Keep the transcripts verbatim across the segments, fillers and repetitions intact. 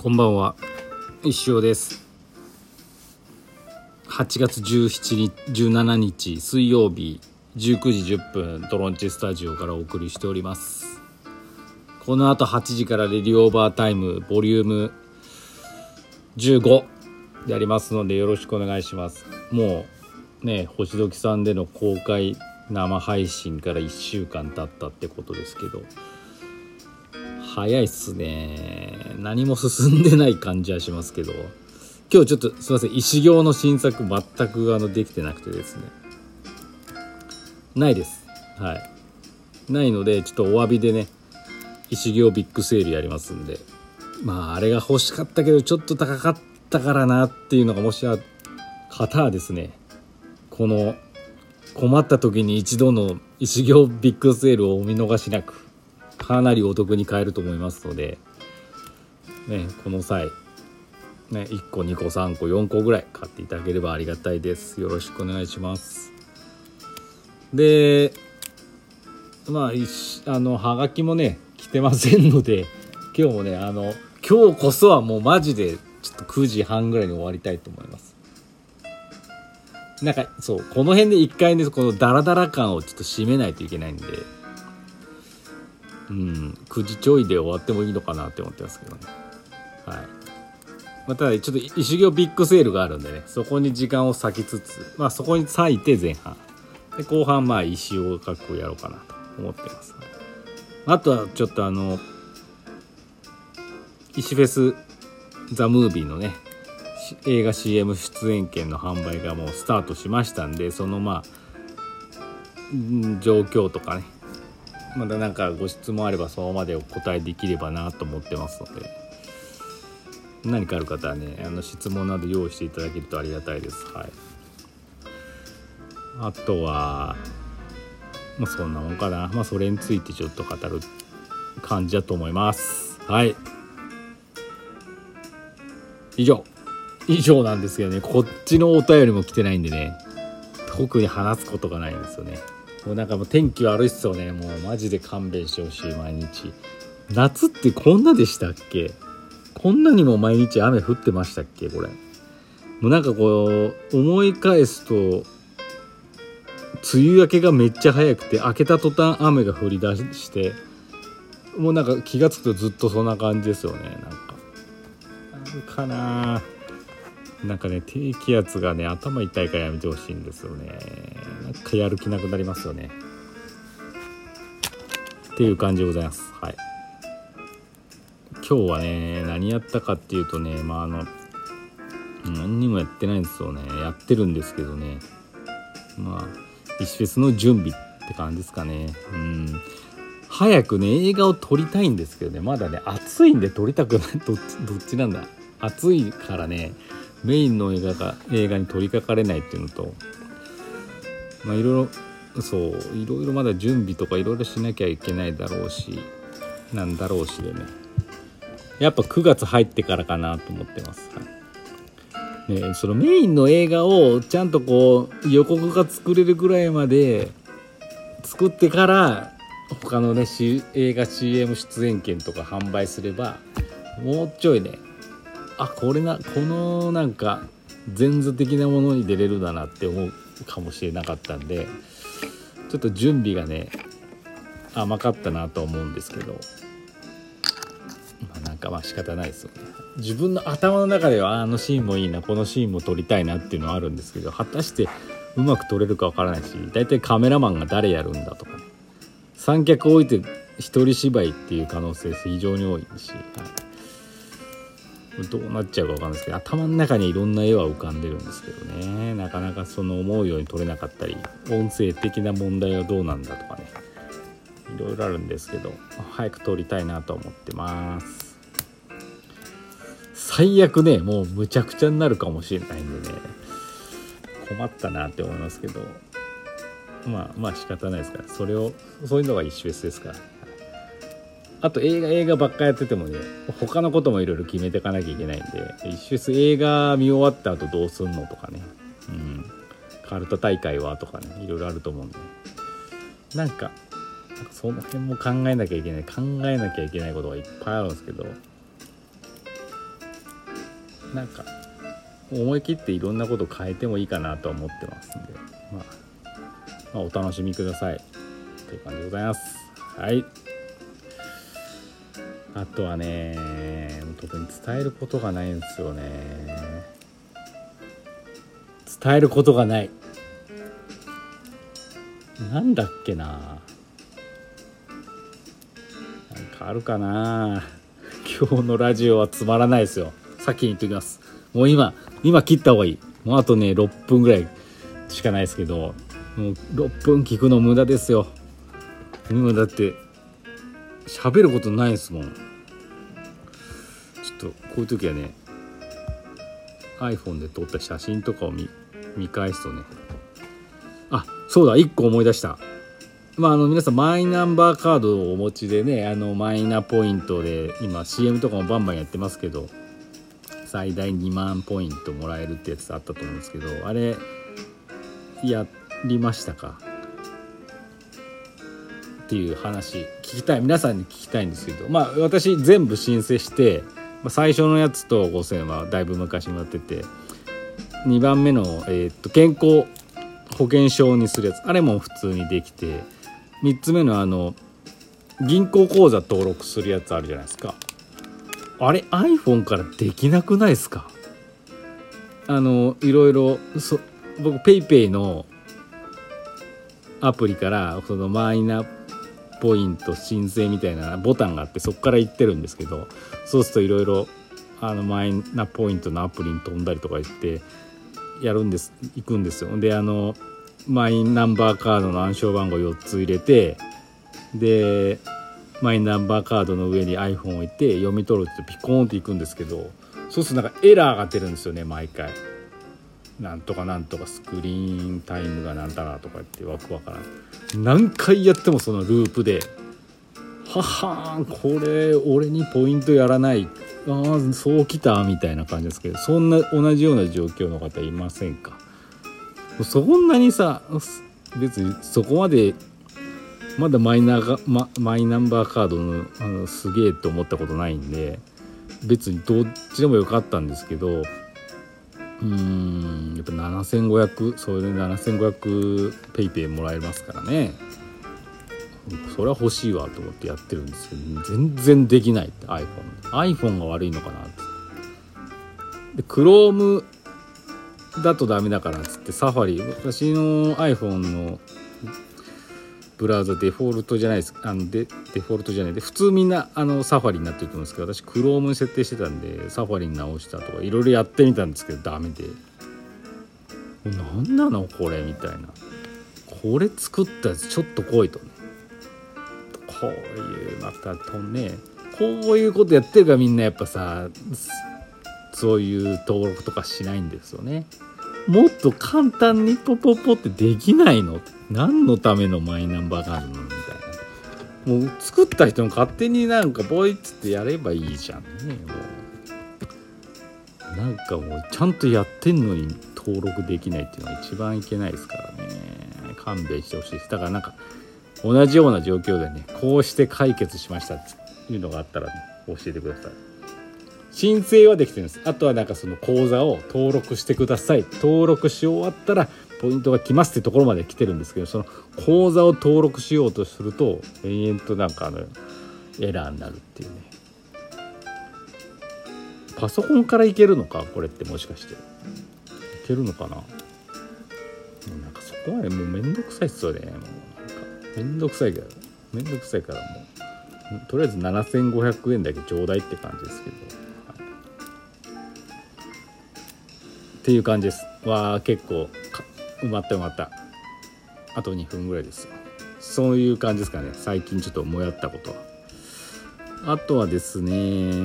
こんばんは、石尾です。はちがつじゅうしちにちじゅうしちにち水曜日じゅうくじじゅっぷんトロンチスタジオからお送りしております。この後はちじからレディオーバータイムボリュームじゅうごやりますのでよろしくお願いします。もうね、星時さんでの公開生配信からいっしゅうかん経ったってことですけど、早いっすね。何も進んでない感じはしますけど、今日ちょっとすいません、石行の新作全くあのできてなくてですね、ないです。はいないので、ちょっとお詫びでね、石行ビッグセールやりますんで、まああれが欲しかったけどちょっと高かったからなっていうのがもしあ方はですね、この困った時に一度の石行ビッグセールをお見逃しなく、かなりお得に買えると思いますので、ね、この際、ね、いっこにこさんこよんこぐらい買っていただければありがたいです。よろしくお願いします。で、まああのハガキもね来てませんので、今日もねあの今日こそはもうマジでちょっとくじはんぐらいに終わりたいと思います。なんかそうこの辺で一回ねこのダラダラ感をちょっと締めないといけないんで、うん、くじちょいで終わってもいいのかなって思ってますけどね。はい。まあ、ただちょっと石行ビッグセールがあるんでね、そこに時間を割きつつ、まあそこに割いて前半で後半まあ石尾確保やろうかなと思ってます。あとはちょっとあの石フェスザムービーのね映画 シーエム 出演権の販売がもうスタートしましたんで、そのまあ状況とかね、まだなんかご質問あればそのまでお答えできればなと思ってますので、何かある方はねあの質問など用意していただけるとありがたいです。はい。あとはまあそんなもんかな。まあそれについてちょっと語る感じだと思います。はい。以上以上なんですけどね、こっちのお便りも来てないんでね、特に話すことがないんですよね。もうなんかもう天気悪いっすよね。もうマジで勘弁してほしい。毎日夏ってこんなでしたっけ？こんなにも毎日雨降ってましたっけ？これもうなんかこう思い返すと梅雨明けがめっちゃ早くて、明けた途端雨が降り出して、もうなんか気がつくとずっとそんな感じですよね。なんかあるかな。なんかね低気圧がね頭痛いからやめてほしいんですよね。なんかやる気なくなりますよねっていう感じでございます。はい。今日はね何やったかっていうとね、まああの何にもやってないんですよね。やってるんですけどね、まあ石フェスの準備って感じですかね。うん、早くね映画を撮りたいんですけどね、まだね暑いんで撮りたくない。どっちどっちなんだ。暑いからねメインの映画が映画に取り掛かれないっていうのと、まあいろいろそういろいろまだ準備とかいろいろしなきゃいけないだろうしなんだろうしでね、やっぱくがつ入ってからかなと思ってます。はいね、そのメインの映画をちゃんとこう予告が作れるぐらいまで作ってから他のね、C、映画 シーエム 出演権とか販売すればもうちょいね、あこれなこのなんか前図的なものに出れるだなって思うかもしれなかったんで、ちょっと準備がね甘かったなと思うんですけど、まあ、なんかまあ仕方ないですよね。自分の頭の中ではあのシーンもいいな、このシーンも撮りたいなっていうのはあるんですけど、果たしてうまく撮れるかわからないし、だいたいカメラマンが誰やるんだとかね、三脚置いて一人芝居っていう可能性非常に多いし、はい、どうなっちゃうかわかんないですけど、頭の中にいろんな絵は浮かんでるんですけどね、なかなかその思うように撮れなかったり、音声的な問題はどうなんだとかね、いろいろあるんですけど、早く撮りたいなと思ってます。最悪ねもうむちゃくちゃになるかもしれないんでね、困ったなって思いますけど、まあまあ仕方ないですから、それをそういうのが石フェスですから。あと映画映画ばっかやっててもね、他のこともいろいろ決めていかなきゃいけないんで、石フェス映画見終わった後どうすんのとかね、うん、カルタ大会はとかね、いろいろあると思うんで、なんかその辺も考えなきゃいけない考えなきゃいけないことがいっぱいあるんですけど、 なんか思い切っていろんなこと変えてもいいかなと思ってますんで、まあ、まあお楽しみくださいという感じでございます。はい。あとはね、特に伝えることがないんですよね。伝えることがない。なんだっけな。なんかあるかな。今日のラジオはつまらないですよ。先に言っておきます。もう今今切った方がいい。もうあとねろっぷんぐらいしかないですけど、もうろっぷん聞くの無駄ですよ。今だって喋ることないですもん。ちょっとこういう時はね iPhone で撮った写真とかを 見, 見返すとね、あ、そうだ、いっこ思い出した。まあ、あの皆さんマイナンバーカードをお持ちでね、あのマイナポイントで今 シーエム とかもバンバンやってますけど、最大にまんポイントもらえるってやつあったと思うんですけど、あれやりましたかっていう話聞きたい、皆さんに聞きたいんですけど、まあ私全部申請して、最初のやつとごせんはだいぶ昔もやってて、にばんめの、えー、っと健康保険証にするやつ、あれも普通にできて、みっつめのあの銀行口座登録するやつあるじゃないですか。あれ iPhone からできなくないですか？あのいろいろそ僕 PayPay のアプリからそのマイナポイント申請みたいなボタンがあって、そこから行ってるんですけど、そうするといろいろあのマイナポイントのアプリに飛んだりとか言ってやるんです、行くんですよ。であのマイナンバーカードの暗証番号よっつ入れて、でマイナンバーカードの上に iPhone 置いて読み取るってピコーンっていくんですけど、そうするとなんかエラーが出るんですよね、毎回。なんとかなんとかスクリーンタイムがなんだなとか言ってわくわからん。何回やってもそのループで、ははーん、これ俺にポイントやらない、ああそうきたみたいな感じですけど、そんな同じような状況の方いませんか？そんなにさ、別にそこまでまだマイナが、マ, マイナンバーカード の, あのすげえと思ったことないんで、別にどっちでもよかったんですけど、うーんやっぱななせんごひゃく、それでななせんごひゃくペイペイもらえますからね、それは欲しいわと思ってやってるんですけど、全然できないって。 iPhone iPhone が悪いのかなって。で Chrome だとダメだからっつってサファリ、私の iPhone のブラウザデフォルトじゃないです、あの デ, デフォルトじゃないで普通みんなあのサファリになってると思うんですけど、私 Chrome に設定してたんでサファリに直したとかいろいろやってみたんですけどダメで、なんなのこれみたいな。これ作ったやつちょっと来いとね。こういうまたとね、こういうことやってるからみんなやっぱさ、そういう登録とかしないんですよね。もっと簡単にポポポってできないの？何のためのマイナンバーカードなのみたいな。もう作った人も勝手になんかボイッつってやればいいじゃんね。もうなんかもうちゃんとやってんのに登録できないっていうのが一番いけないですからね。勘弁してほしいです。だからなんか同じような状況でね、こうして解決しましたっていうのがあったらね、教えてください。申請はできてるんです。あとはなんかその口座を登録してください、登録し終わったらポイントが来ますってところまで来てるんですけど、その口座を登録しようとすると延々となんかあのエラーになるっていうね。パソコンからいけるのかこれって、もしかしていけるのかな。もうなんかそこまでもうめんどくさいっすよね。もうなんかめんどくさいからめんどくさいからもうとりあえずななせんごひゃくえんだけちょうだいって感じですけど、っていう感じです。わー結構埋まった埋まった。あとにふんぐらいですよ。そういう感じですかね、最近ちょっともやったことは。あとはですね、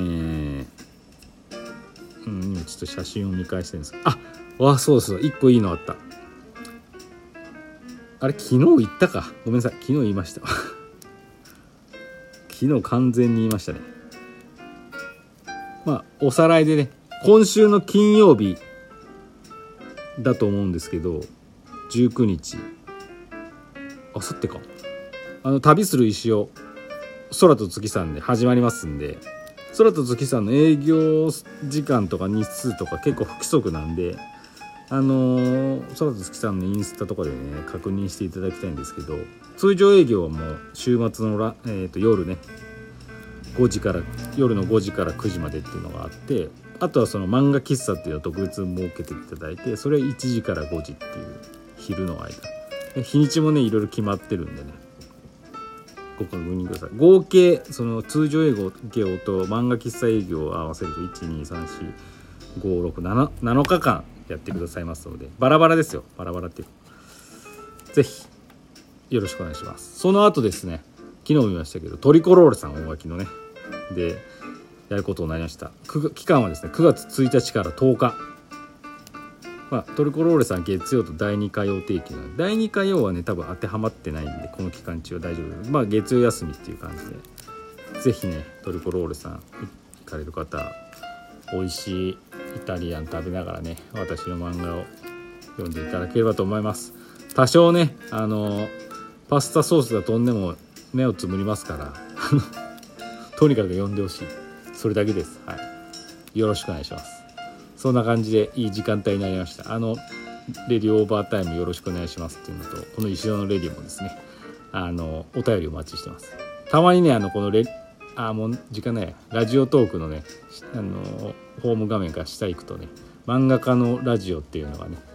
うん、今ちょっと写真を見返してるんですけど、あわそうそう、いっこいいのあった。あれ昨日言ったか、ごめんなさい、昨日言いました昨日完全に言いましたね。まあおさらいでね、今週の金曜日だと思うんですけど、じゅうくにち、あさってか、あの旅する石尾空と月さんで始まりますんで、 空と月さんの営業時間とか日数とか結構不規則なんで、あのー、空と月さんのインスタとかでね確認していただきたいんですけど、通常営業はもう週末のら、えー、と夜ねごじから夜のごじからくじまでっていうのがあって、あとはその漫画喫茶っていうのを特別設けていただいて、それいちじからごじっていう昼の間で、日にちもねいろいろ決まってるんでね、ご確認ください。合計その通常営業と漫画喫茶営業を合わせるといち、に、さん、よん、ご、ろく、なな、なのかかんやってくださいますので、バラバラですよ、バラバラっていう、ぜひよろしくお願いします。その後ですね、昨日見ましたけどトリコロールさん大垣のねでやることになりました。期間はですねくがつついたちからとおか、まあ、トリコロールさん月曜とだいに火曜定期なので、だいに火曜はね多分当てはまってないんでこの期間中は大丈夫です。まあ月曜休みっていう感じで、ぜひねトリコロールさん行かれる方、美味しいイタリアン食べながらね私の漫画を読んでいただければと思います。多少ねあのパスタソースが飛んでも目をつむりますからとにかく読んでほしい、それだけです。はい、よろしくお願いします。そんな感じでいい時間帯になりました。あのレディオオーバータイムよろしくお願いしますっていうのと、この石尾のレディもですねあのお便りお待ちしてます。たまにねあのこのレあもう時間ないラジオトークのねあのホーム画面から下行くとね漫画家のラジオっていうのがね